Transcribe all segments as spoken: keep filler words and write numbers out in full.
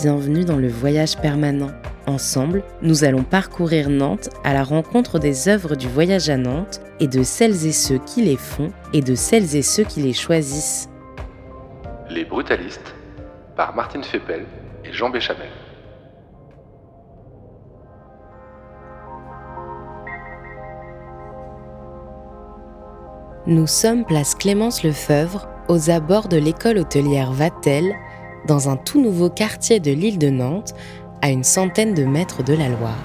bienvenue dans le voyage permanent. Ensemble, nous allons parcourir Nantes à la rencontre des œuvres du voyage à Nantes et de celles et ceux qui les font et de celles et ceux qui les choisissent. Les Brutalistes, par Martine Feipel et Jean Béchamel. Nous sommes place Clémence Lefebvre, aux abords de l'école hôtelière Vatel, dans un tout nouveau quartier de l'île de Nantes, à une centaine de mètres de la Loire.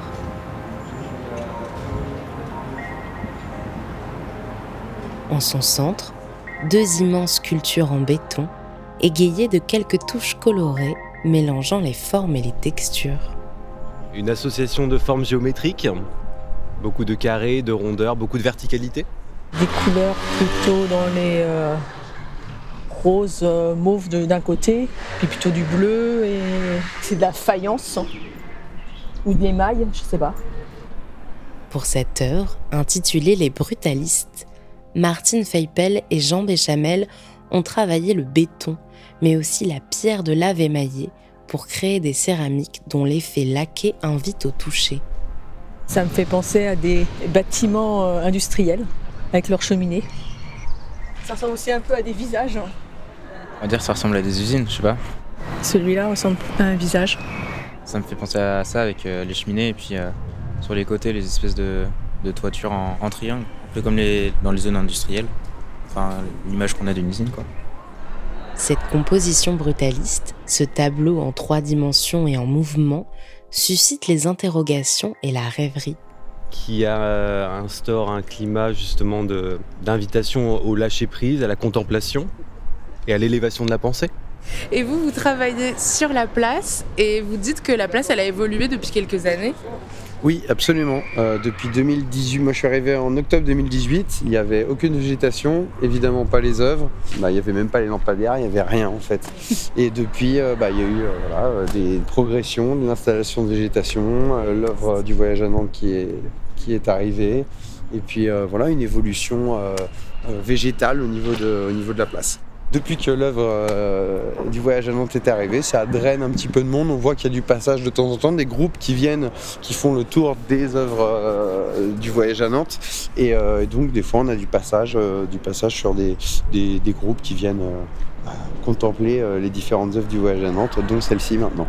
En son centre, deux immenses sculptures en béton, égayées de quelques touches colorées, mélangeant les formes et les textures. Une association de formes géométriques, beaucoup de carrés, de rondeurs, beaucoup de verticalité. Des couleurs plutôt dans les euh, roses, euh, mauves de, d'un côté, puis plutôt du bleu, et c'est de la faïence ou de l'émail, je sais pas. Pour cette œuvre, intitulée Les Brutalistes, Martine Feipel et Jean Béchamel ont travaillé le béton, mais aussi la pierre de lave émaillée pour créer des céramiques dont l'effet laqué invite au toucher. Ça me fait penser à des bâtiments euh, industriels avec leurs cheminées. Ça ressemble aussi un peu à des visages. On va dire que ça ressemble à des usines, je sais pas. Celui-là ressemble à un visage. Ça me fait penser à ça avec euh, les cheminées et puis euh, sur les côtés les espèces de, de toitures en, en triangle, un peu comme les, dans les zones industrielles. Enfin, l'image qu'on a d'une usine, quoi. Cette composition brutaliste, ce tableau en trois dimensions et en mouvement, suscite les interrogations et la rêverie. Qui euh, instaure un climat justement de, d'invitation au lâcher-prise, à la contemplation et à l'élévation de la pensée. Et vous, vous travaillez sur la place et vous dites que la place, elle a évolué depuis quelques années. Oui, absolument. Euh, depuis deux mille dix-huit, moi je suis arrivé en octobre deux mille dix-huit, il n'y avait aucune végétation, évidemment pas les œuvres, bah, il n'y avait même pas les lampadaires, il n'y avait rien en fait. Et depuis, euh, bah, il y a eu euh, voilà, des progressions, de l'installation de végétation, euh, l'œuvre du voyage à Nantes qui est, qui est arrivée, et puis euh, voilà, une évolution euh, euh, végétale au niveau, de, au niveau de la place. Depuis que l'œuvre euh, du voyage à Nantes est arrivée, ça draine un petit peu de monde. On voit qu'il y a du passage de temps en temps, des groupes qui viennent, qui font le tour des œuvres euh, du voyage à Nantes. Et, euh, et donc, des fois, on a du passage, euh, du passage sur des, des, des groupes qui viennent euh, contempler euh, les différentes œuvres du voyage à Nantes, dont celle-ci maintenant.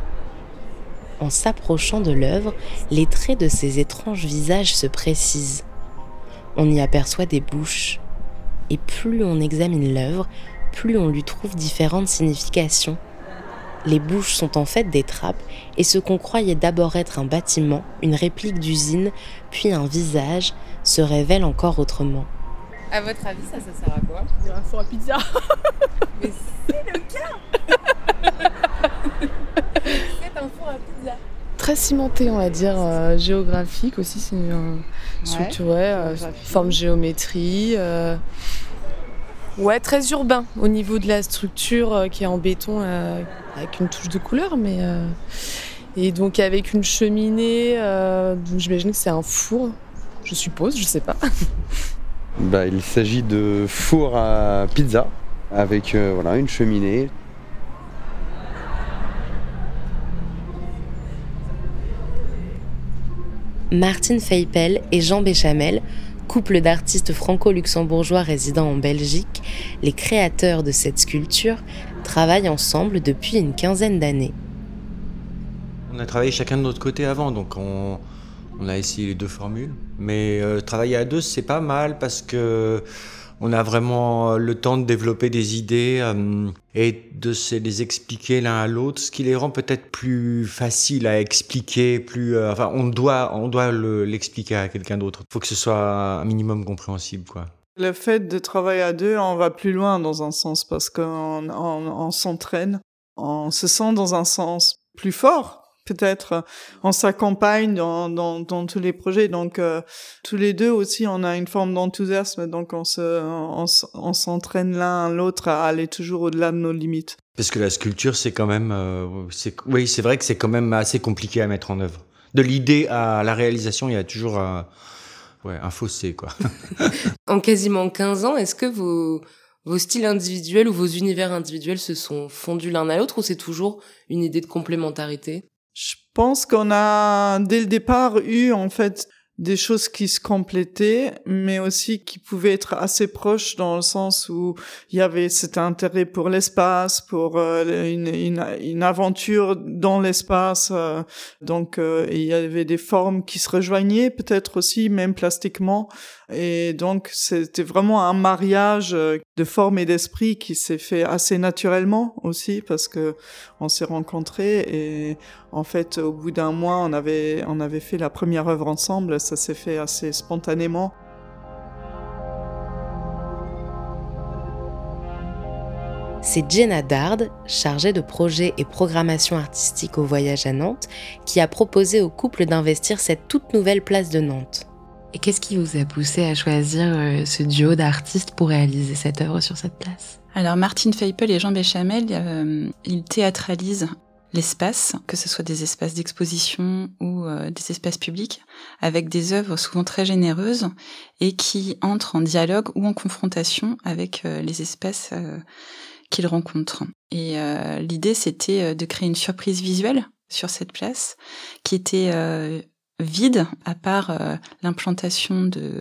En s'approchant de l'œuvre, les traits de ces étranges visages se précisent. On y aperçoit des bouches. Et plus on examine l'œuvre, plus on lui trouve différentes significations. Les bouches sont en fait des trappes, et ce qu'on croyait d'abord être un bâtiment, une réplique d'usine, puis un visage, se révèle encore autrement. À votre avis, ça, ça sert à quoi ? Un four à pizza. Mais c'est le cas. C'est un four à pizza. Très cimenté, on va dire, euh, géographique aussi, c'est une structure, ouais, euh, forme géométrie. Euh... Ouais, très urbain au niveau de la structure euh, qui est en béton euh, avec une touche de couleur, mais euh... et donc avec une cheminée, euh, donc j'imagine que c'est un four, je suppose, je sais pas. Bah, il s'agit de four à pizza avec euh, voilà, une cheminée. Martine Feipel et Jean Béchamel, couple d'artistes franco-luxembourgeois résidant en Belgique, les créateurs de cette sculpture, travaillent ensemble depuis une quinzaine d'années. On a travaillé chacun de notre côté avant, donc on, on a essayé les deux formules. Mais euh, travailler à deux, c'est pas mal parce que on a vraiment le temps de développer des idées euh, et de se les expliquer l'un à l'autre, ce qui les rend peut-être plus faciles à expliquer. Plus, euh, enfin, on doit, on doit le, l'expliquer à quelqu'un d'autre. Il faut que ce soit un minimum compréhensible, quoi. Le fait de travailler à deux, on va plus loin dans un sens parce qu'on on, on s'entraîne, on se sent dans un sens plus fort. Peut-être on s'accompagne dans, dans, dans tous les projets, donc euh, tous les deux aussi on a une forme d'enthousiasme, donc on se on, on s'entraîne l'un à l'autre à aller toujours au-delà de nos limites. Parce que la sculpture c'est quand même euh, c'est oui c'est vrai que c'est quand même assez compliqué à mettre en œuvre. De l'idée à la réalisation il y a toujours un, ouais, un fossé quoi. En quasiment quinze ans, est-ce que vos vos styles individuels ou vos univers individuels se sont fondus l'un à l'autre, ou c'est toujours une idée de complémentarité? Je pense qu'on a, dès le départ, eu, en fait, des choses qui se complétaient, mais aussi qui pouvaient être assez proches dans le sens où il y avait cet intérêt pour l'espace, pour euh, une, une, une aventure dans l'espace. Euh, donc, euh, il y avait des formes qui se rejoignaient, peut-être aussi, même plastiquement. Et donc, c'était vraiment un mariage de forme et d'esprit qui s'est fait assez naturellement aussi, parce que on s'est rencontrés et en fait, au bout d'un mois, on avait, on avait fait la première œuvre ensemble. Ça s'est fait assez spontanément. C'est Jenna Dard, chargée de projet et programmation artistique au Voyage à Nantes, qui a proposé au couple d'investir cette toute nouvelle place de Nantes. Et qu'est-ce qui vous a poussé à choisir ce duo d'artistes pour réaliser cette œuvre sur cette place? Alors Martine Feipel et Jean Béchamel, euh, ils théâtralisent l'espace, que ce soit des espaces d'exposition ou euh, des espaces publics, avec des œuvres souvent très généreuses et qui entrent en dialogue ou en confrontation avec euh, les espaces euh, qu'ils rencontrent. Et euh, l'idée, c'était de créer une surprise visuelle sur cette place qui était euh, vide, à part euh, l'implantation de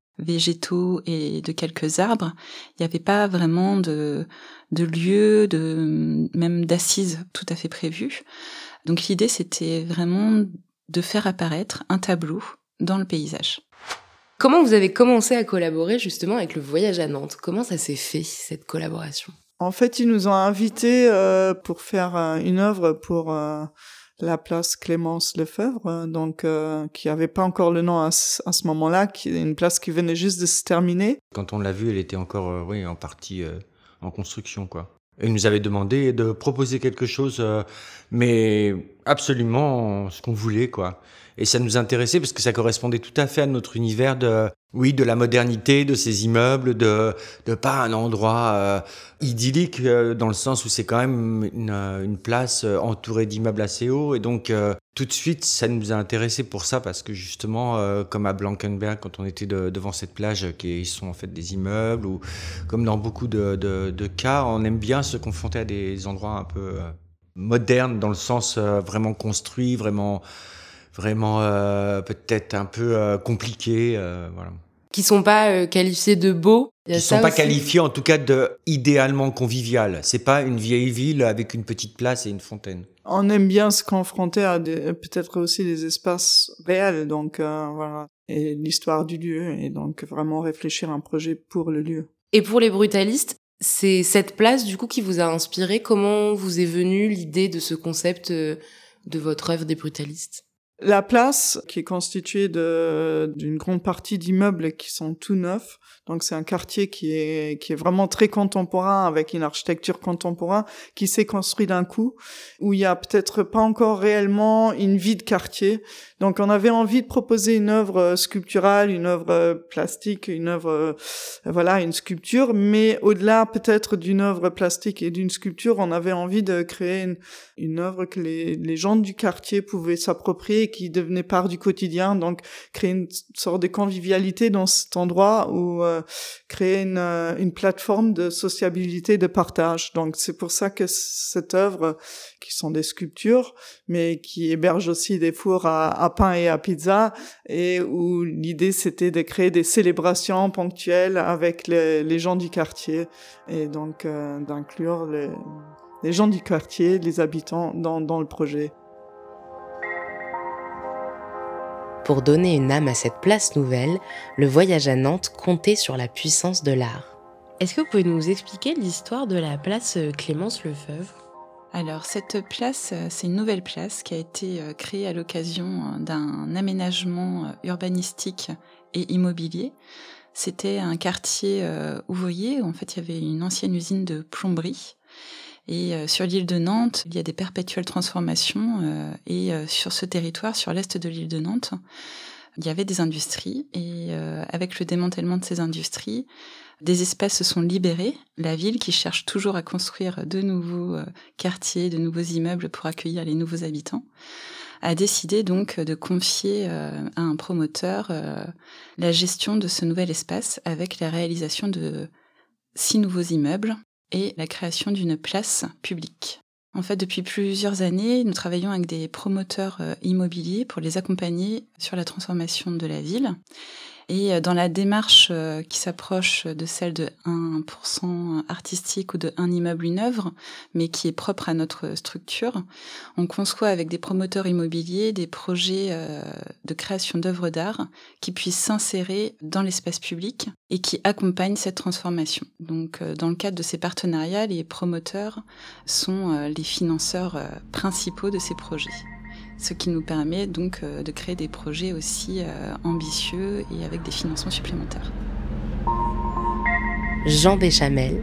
végétaux et de quelques arbres. Il n'y avait pas vraiment de, de lieu, de, même d'assises tout à fait prévues. Donc l'idée, c'était vraiment de faire apparaître un tableau dans le paysage. Comment vous avez commencé à collaborer justement avec le Voyage à Nantes? Comment ça s'est fait, cette collaboration? En fait, ils nous ont invités euh, pour faire euh, une œuvre pour euh, la place Clémence Lefebvre, donc euh, qui avait pas encore le nom à ce, à ce moment-là, qui est une place qui venait juste de se terminer. Quand on l'a vue, elle était encore, euh, oui, en partie euh, en construction, quoi. Et ils nous avaient demandé de proposer quelque chose, euh, mais absolument ce qu'on voulait, quoi. Et ça nous intéressait parce que ça correspondait tout à fait à notre univers de, oui, de la modernité, de ces immeubles, de, de pas un endroit euh, idyllique euh, dans le sens où c'est quand même une, une place euh, entourée d'immeubles assez hauts. Et donc, euh, tout de suite, ça nous a intéressés pour ça parce que justement, euh, comme à Blankenberg, quand on était de, devant cette plage, qui sont en fait des immeubles, ou comme dans beaucoup de, de, de cas, on aime bien se confronter à des endroits un peu euh, modernes dans le sens euh, vraiment construit, vraiment... vraiment euh, peut-être un peu euh, compliqué, euh, voilà. Qui sont pas euh, qualifiés de beaux. Qui sont pas aussi qualifiés en tout cas de idéalement convivial. C'est pas une vieille ville avec une petite place et une fontaine. On aime bien se confronter à des, peut-être aussi des espaces réels, donc euh, voilà, et l'histoire du lieu, et donc vraiment réfléchir à un projet pour le lieu. Et pour les brutalistes, c'est cette place du coup qui vous a inspiré. Comment vous est venue l'idée de ce concept euh, de votre œuvre des brutalistes? La place, qui est constituée de, d'une grande partie d'immeubles qui sont tout neufs, donc c'est un quartier qui est, qui est vraiment très contemporain, avec une architecture contemporaine, qui s'est construit d'un coup, où il y a peut-être pas encore réellement une vie de quartier. Donc on avait envie de proposer une œuvre sculpturale, une œuvre plastique, une œuvre, voilà, une sculpture, mais au-delà peut-être d'une œuvre plastique et d'une sculpture, on avait envie de créer une, une œuvre que les, les gens du quartier pouvaient s'approprier, qui devenait part du quotidien, donc créer une sorte de convivialité dans cet endroit, ou euh, créer une, euh, une plateforme de sociabilité, de partage. Donc c'est pour ça que cette œuvre, qui sont des sculptures, mais qui hébergent aussi des fours à, à pain et à pizza, et où l'idée c'était de créer des célébrations ponctuelles avec les, les gens du quartier, et donc euh, d'inclure les, les gens du quartier, les habitants dans, dans le projet. Pour donner une âme à cette place nouvelle, le Voyage à Nantes comptait sur la puissance de l'art. Est-ce que vous pouvez nous expliquer l'histoire de la place Clémence Lefebvre ? Alors, cette place, c'est une nouvelle place qui a été créée à l'occasion d'un aménagement urbanistique et immobilier. C'était un quartier ouvrier où en fait il y avait une ancienne usine de plomberie. Et euh, sur l'île de Nantes, il y a des perpétuelles transformations. Euh, et euh, sur ce territoire, sur l'est de l'île de Nantes, il y avait des industries. Et euh, avec le démantèlement de ces industries, des espaces se sont libérés. La ville, qui cherche toujours à construire de nouveaux euh, quartiers, de nouveaux immeubles pour accueillir les nouveaux habitants, a décidé donc de confier euh, à un promoteur euh, la gestion de ce nouvel espace avec la réalisation de six nouveaux immeubles et la création d'une place publique. En fait, depuis plusieurs années, nous travaillons avec des promoteurs immobiliers pour les accompagner sur la transformation de la ville. Et dans la démarche qui s'approche de celle de un pour cent artistique ou de un immeuble, une œuvre, mais qui est propre à notre structure, on conçoit avec des promoteurs immobiliers des projets de création d'œuvres d'art qui puissent s'insérer dans l'espace public et qui accompagnent cette transformation. Donc, dans le cadre de ces partenariats, les promoteurs sont les financeurs principaux de ces projets. Ce qui nous permet donc de créer des projets aussi ambitieux et avec des financements supplémentaires. Jean Béchamel.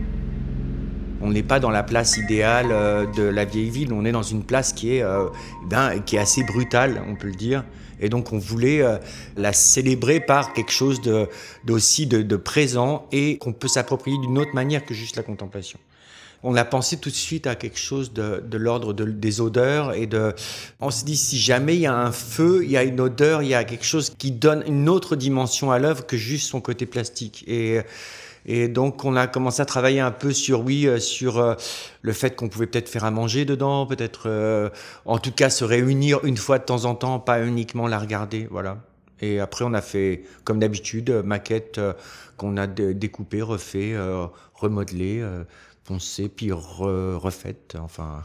On n'est pas dans la place idéale de la vieille ville, on est dans une place qui est, euh, ben, qui est assez brutale, on peut le dire. Et donc on voulait euh, la célébrer par quelque chose de, d'aussi de, de présent et qu'on peut s'approprier d'une autre manière que juste la contemplation. On a pensé tout de suite à quelque chose de, de l'ordre de, des odeurs et de. On se dit si jamais il y a un feu, il y a une odeur, il y a quelque chose qui donne une autre dimension à l'œuvre que juste son côté plastique. Et, et donc on a commencé à travailler un peu sur oui sur euh, le fait qu'on pouvait peut-être faire à manger dedans, peut-être euh, en tout cas se réunir une fois de temps en temps, pas uniquement la regarder, voilà. Et après on a fait comme d'habitude maquette euh, qu'on a d- découpé, refait, euh, remodelé. Euh, poncée, puis re, refaite, enfin...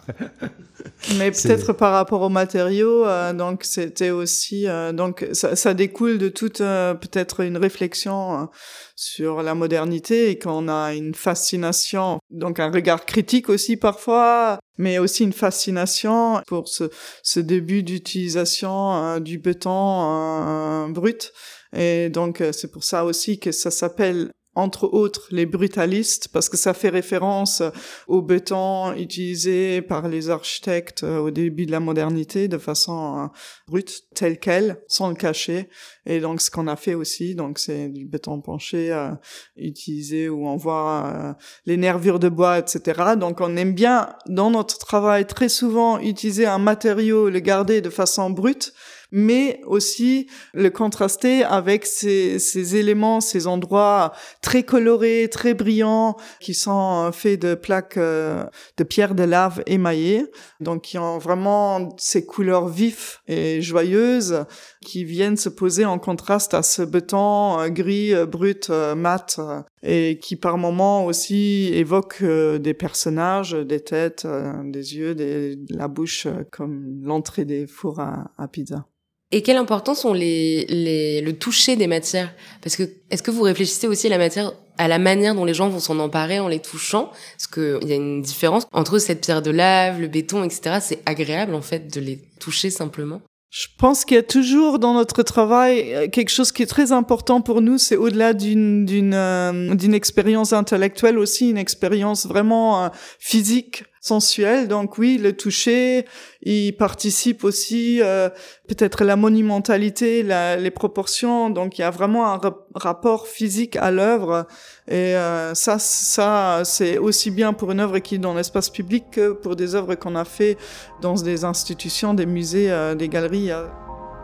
Mais peut-être c'est... par rapport aux matériaux, euh, donc c'était aussi... Euh, donc ça, ça découle de toute, euh, peut-être une réflexion euh, sur la modernité et qu'on a une fascination, donc un regard critique aussi parfois, mais aussi une fascination pour ce, ce début d'utilisation euh, du béton euh, brut. Et donc c'est pour ça aussi que ça s'appelle entre autres les brutalistes, parce que ça fait référence au béton utilisé par les architectes au début de la modernité de façon brute, telle quelle, sans le cacher. Et donc ce qu'on a fait aussi, donc c'est du béton penché euh, utilisé où on voit euh, les nervures de bois, et cetera. Donc on aime bien dans notre travail très souvent utiliser un matériau, le garder de façon brute, mais aussi le contraster avec ces, ces éléments, ces endroits très colorés, très brillants, qui sont faits de plaques euh, de pierre de lave émaillées, donc qui ont vraiment ces couleurs vives et joyeuses qui viennent se poser en contraste à ce béton euh, gris, euh, brut, euh, mat, euh, et qui par moments aussi évoquent euh, des personnages, des têtes, euh, des yeux, des, la bouche, euh, comme l'entrée des fours à, à pizza. Et quelle importance ont les, les, le toucher des matières? Parce que, est-ce que vous réfléchissez aussi à la matière, à la manière dont les gens vont s'en emparer en les touchant? Parce que il y a une différence entre cette pierre de lave, le béton, et cetera. C'est agréable, en fait, de les toucher simplement. Je pense qu'il y a toujours dans notre travail quelque chose qui est très important pour nous, c'est au-delà d'une d'une euh, d'une expérience intellectuelle aussi, une expérience vraiment euh, physique, sensuelle. Donc oui, le toucher, il participe aussi euh, peut-être la monumentalité, la, les proportions. Donc il y a vraiment un ra- rapport physique à l'œuvre. Et euh, ça, ça, c'est aussi bien pour une œuvre qui est dans l'espace public que pour des œuvres qu'on a fait dans des institutions, des musées, euh, des galeries. Euh.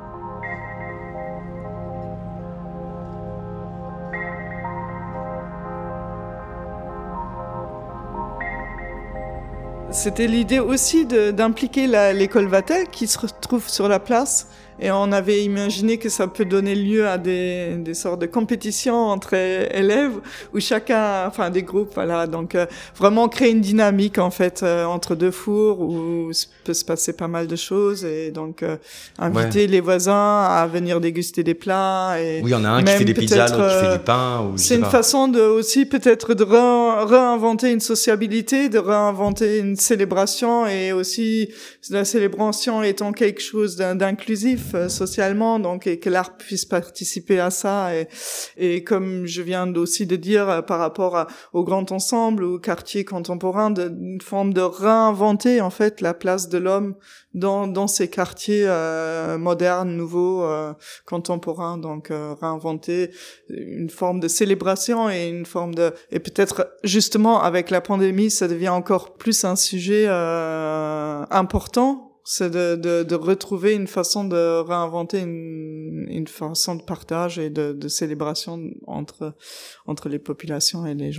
C'était l'idée aussi de, d'impliquer la, l'école Vatel qui se retrouve sur la place. Et on avait imaginé que ça peut donner lieu à des, des sortes de compétitions entre élèves où chacun, enfin des groupes, voilà. Donc euh, vraiment créer une dynamique en fait euh, entre deux fours où peut se passer pas mal de choses et donc euh, inviter ouais. les voisins à venir déguster des plats. Et oui, il y en a un qui fait des pizzas, l'autre qui fait du pain. Ou c'est une pas. façon de aussi peut-être de re- réinventer une sociabilité, de réinventer une célébration et aussi la célébration étant quelque chose d'inclusif socialement, donc et que l'art puisse participer à ça et, et comme je viens aussi de dire par rapport à, au grand ensemble au quartier contemporain, de, une forme de réinventer en fait la place de l'homme dans dans ces quartiers euh, modernes, nouveaux, euh, contemporains, donc euh, réinventer une forme de célébration et une forme de et peut-être justement avec la pandémie ça devient encore plus un sujet euh, important. C'est de, de, de retrouver une façon de réinventer une, une façon de partage et de, de célébration entre, entre les populations et les gens.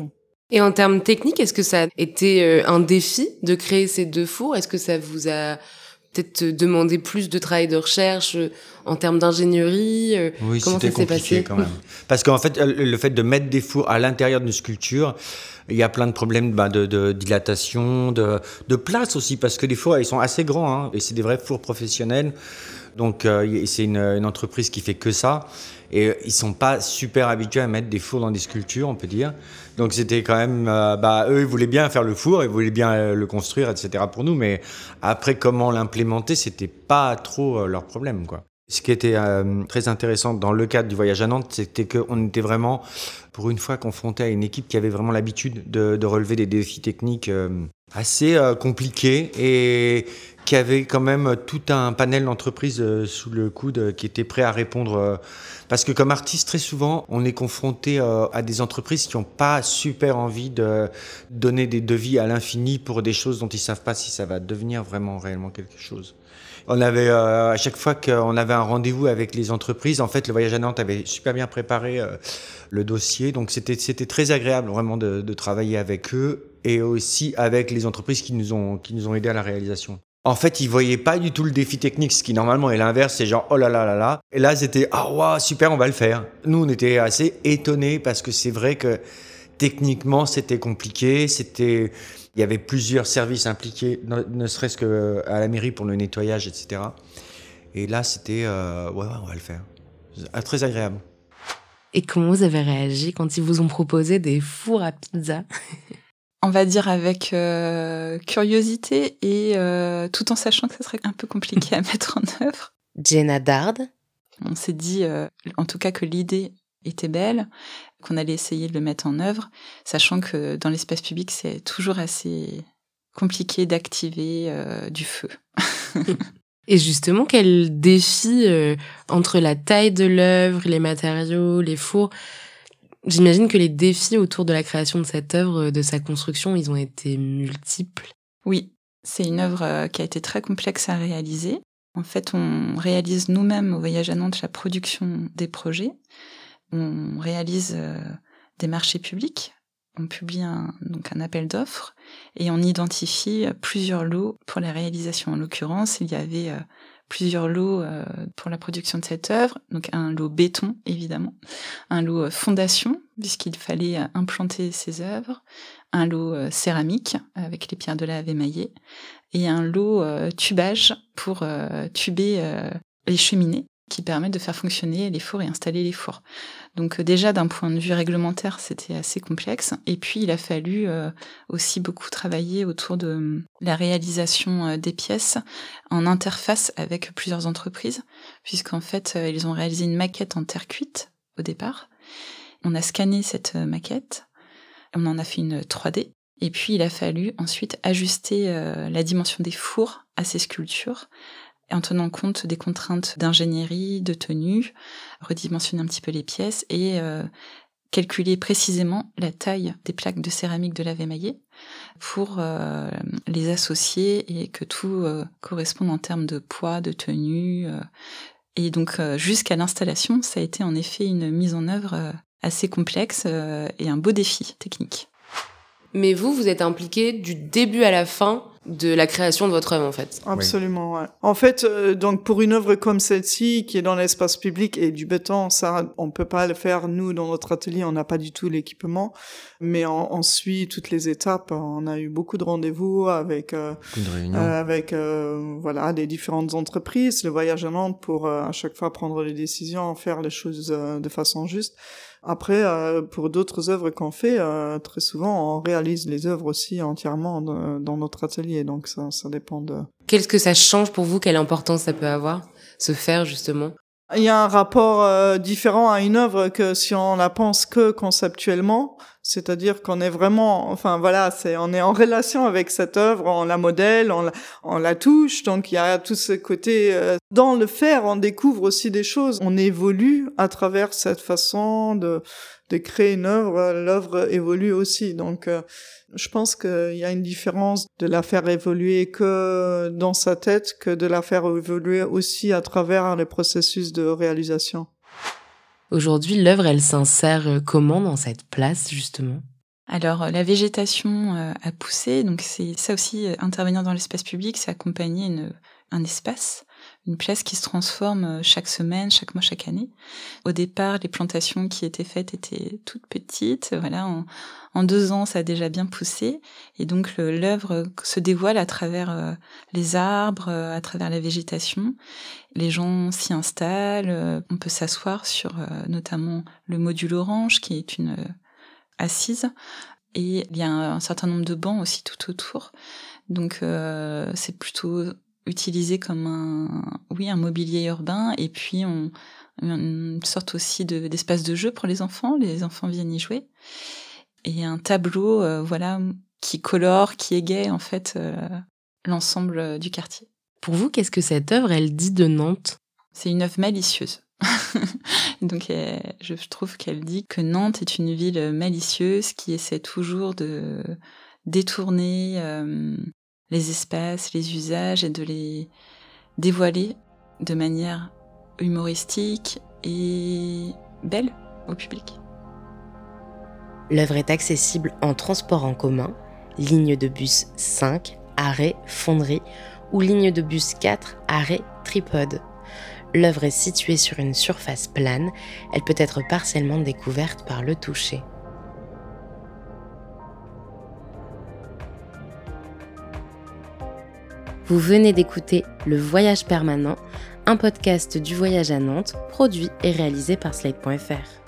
Et en termes techniques, est-ce que ça a été un défi de créer ces deux fours? Est-ce que ça vous a peut-être demandé plus de travail de recherche en termes d'ingénierie? Oui, Comment c'était ça s'est compliqué passé quand même. Parce qu'en fait, le fait de mettre des fours à l'intérieur d'une sculpture, il y a plein de problèmes bah, de, de dilatation, de, de place aussi, parce que les fours, ils sont assez grands, hein, et c'est des vrais fours professionnels. Donc, euh, c'est une, une entreprise qui fait que ça. Et ils sont pas super habitués à mettre des fours dans des sculptures, on peut dire. Donc c'était quand même, euh, bah eux ils voulaient bien faire le four, ils voulaient bien euh, le construire, et cetera pour nous. Mais après comment l'implémenter, c'était pas trop euh, leur problème, quoi. Ce qui était euh, très intéressant dans le cadre du voyage à Nantes, c'était qu'on était vraiment, pour une fois, confronté à une équipe qui avait vraiment l'habitude de, de relever des défis techniques euh, assez euh, compliqués et qui avait quand même tout un panel d'entreprises euh, sous le coude euh, qui était prêt à répondre. Euh, parce que comme artiste, très souvent, on est confronté euh, à des entreprises qui n'ont pas super envie de donner des devis à l'infini pour des choses dont ils ne savent pas si ça va devenir vraiment réellement quelque chose. On avait, euh, à chaque fois qu'on avait un rendez-vous avec les entreprises, en fait, le voyage à Nantes avait super bien préparé euh, le dossier. Donc, c'était, c'était très agréable vraiment de, de travailler avec eux et aussi avec les entreprises qui nous ont, qui nous ont aidés à la réalisation. En fait, ils voyaient pas du tout le défi technique, ce qui normalement est l'inverse, c'est genre oh là là là là. Et là, c'était ah oh, waouh, super, on va le faire. Nous, on était assez étonnés parce que c'est vrai que techniquement, c'était compliqué, c'était il y avait plusieurs services impliqués, ne, ne serait-ce que à la mairie pour le nettoyage, et cetera. Et là, c'était euh, ouais, ouais, on va le faire. Très agréable. Et comment vous avez réagi quand ils vous ont proposé des fours à pizza? On va dire avec euh, curiosité et euh, tout en sachant que ça serait un peu compliqué à mettre en œuvre. Jenna Dard. On s'est dit, euh, en tout cas, que l'idée était belle, qu'on allait essayer de le mettre en œuvre, sachant que dans l'espace public, c'est toujours assez compliqué d'activer euh, du feu. Et justement, quel défi euh, entre la taille de l'œuvre, les matériaux, les fours? J'imagine que les défis autour de la création de cette œuvre, de sa construction, ils ont été multiples. Oui, c'est une œuvre qui a été très complexe à réaliser. En fait, on réalise nous-mêmes au Voyage à Nantes la production des projets. On réalise euh, des marchés publics. On publie un, donc un appel d'offres et on identifie plusieurs lots pour la réalisation. En l'occurrence, il y avait euh, plusieurs lots euh, pour la production de cette œuvre. Donc un lot béton, évidemment, un lot euh, fondation, puisqu'il fallait euh, implanter ces œuvres, un lot euh, céramique avec les pierres de lave émaillées et un lot euh, tubage pour euh, tuber euh, les cheminées qui permettent de faire fonctionner les fours et installer les fours. Donc euh, déjà, d'un point de vue réglementaire, c'était assez complexe. Et puis, il a fallu euh, aussi beaucoup travailler autour de euh, la réalisation euh, des pièces en interface avec plusieurs entreprises, puisqu'en fait, euh, ils ont réalisé une maquette en terre cuite au départ. On a scanné cette euh, maquette, on en a fait une trois D. Et puis, il a fallu ensuite ajuster euh, la dimension des fours à ces sculptures, en tenant compte des contraintes d'ingénierie, de tenue, redimensionner un petit peu les pièces et euh, calculer précisément la taille des plaques de céramique de lave émaillée pour euh, les associer et que tout euh, corresponde en termes de poids, de tenue. Euh, et donc euh, jusqu'à l'installation, ça a été en effet une mise en œuvre euh, assez complexe euh, et un beau défi technique. Mais vous, vous êtes impliqué du début à la fin de la création de votre œuvre, en fait. Absolument, ouais. En fait, euh, donc pour une œuvre comme celle-ci, qui est dans l'espace public et du béton, ça, on peut pas le faire, nous, dans notre atelier, on n'a pas du tout l'équipement, mais on, on suit toutes les étapes. On a eu beaucoup de rendez-vous avec, euh, euh, avec, euh, voilà, les différentes entreprises, le voyage à Nantes pour euh, à chaque fois prendre les décisions, faire les choses euh, de façon juste. Après, euh, pour d'autres œuvres qu'on fait, euh, très souvent, on réalise les œuvres aussi entièrement de, dans notre atelier. Donc, ça, ça dépend de... Qu'est-ce que ça change pour vous? Quelle importance ça peut avoir, se faire, justement? Il y a un rapport euh, différent à une œuvre que si on la pense que conceptuellement. C'est-à-dire qu'on est vraiment, enfin voilà, c'est, on est en relation avec cette œuvre, on la modèle, on la, on la touche, donc il y a tout ce côté, euh, dans le faire, on découvre aussi des choses, on évolue à travers cette façon de, de créer une œuvre, l'œuvre évolue aussi, donc euh, je pense qu'il y a une différence de la faire évoluer que dans sa tête, que de la faire évoluer aussi à travers les processus de réalisation. Aujourd'hui, l'œuvre, elle s'insère comment dans cette place, justement? Alors, la végétation euh, a poussé, donc c'est ça aussi, euh, intervenir dans l'espace public, c'est accompagner une, un espace, une place qui se transforme chaque semaine, chaque mois, chaque année. Au départ, les plantations qui étaient faites étaient toutes petites, voilà, en, en deux ans, ça a déjà bien poussé, et donc le, l'œuvre se dévoile à travers euh, les arbres, euh, à travers la végétation. Les gens s'y installent, euh, on peut s'asseoir sur euh, notamment le module orange, qui est une... Euh, assise, et il y a un, un certain nombre de bancs aussi tout autour, donc euh, c'est plutôt utilisé comme un oui un mobilier urbain, et puis on une sorte aussi de, d'espace de jeu pour les enfants, les enfants viennent y jouer, et un tableau euh, voilà qui colore, qui égaye en fait euh, l'ensemble du quartier. Pour vous, qu'est-ce que cette œuvre elle dit de Nantes ? C'est une œuvre malicieuse. Donc elle, je trouve qu'elle dit que Nantes est une ville malicieuse qui essaie toujours de détourner euh, les espaces, les usages, et de les dévoiler de manière humoristique et belle au public. L'œuvre est accessible en transport en commun, ligne de bus cinq, arrêt Fonderie, ou ligne de bus quatre, arrêt Tripode. L'œuvre est située sur une surface plane, elle peut être partiellement découverte par le toucher. Vous venez d'écouter Le Voyage Permanent, un podcast du voyage à Nantes, produit et réalisé par Slate point F R.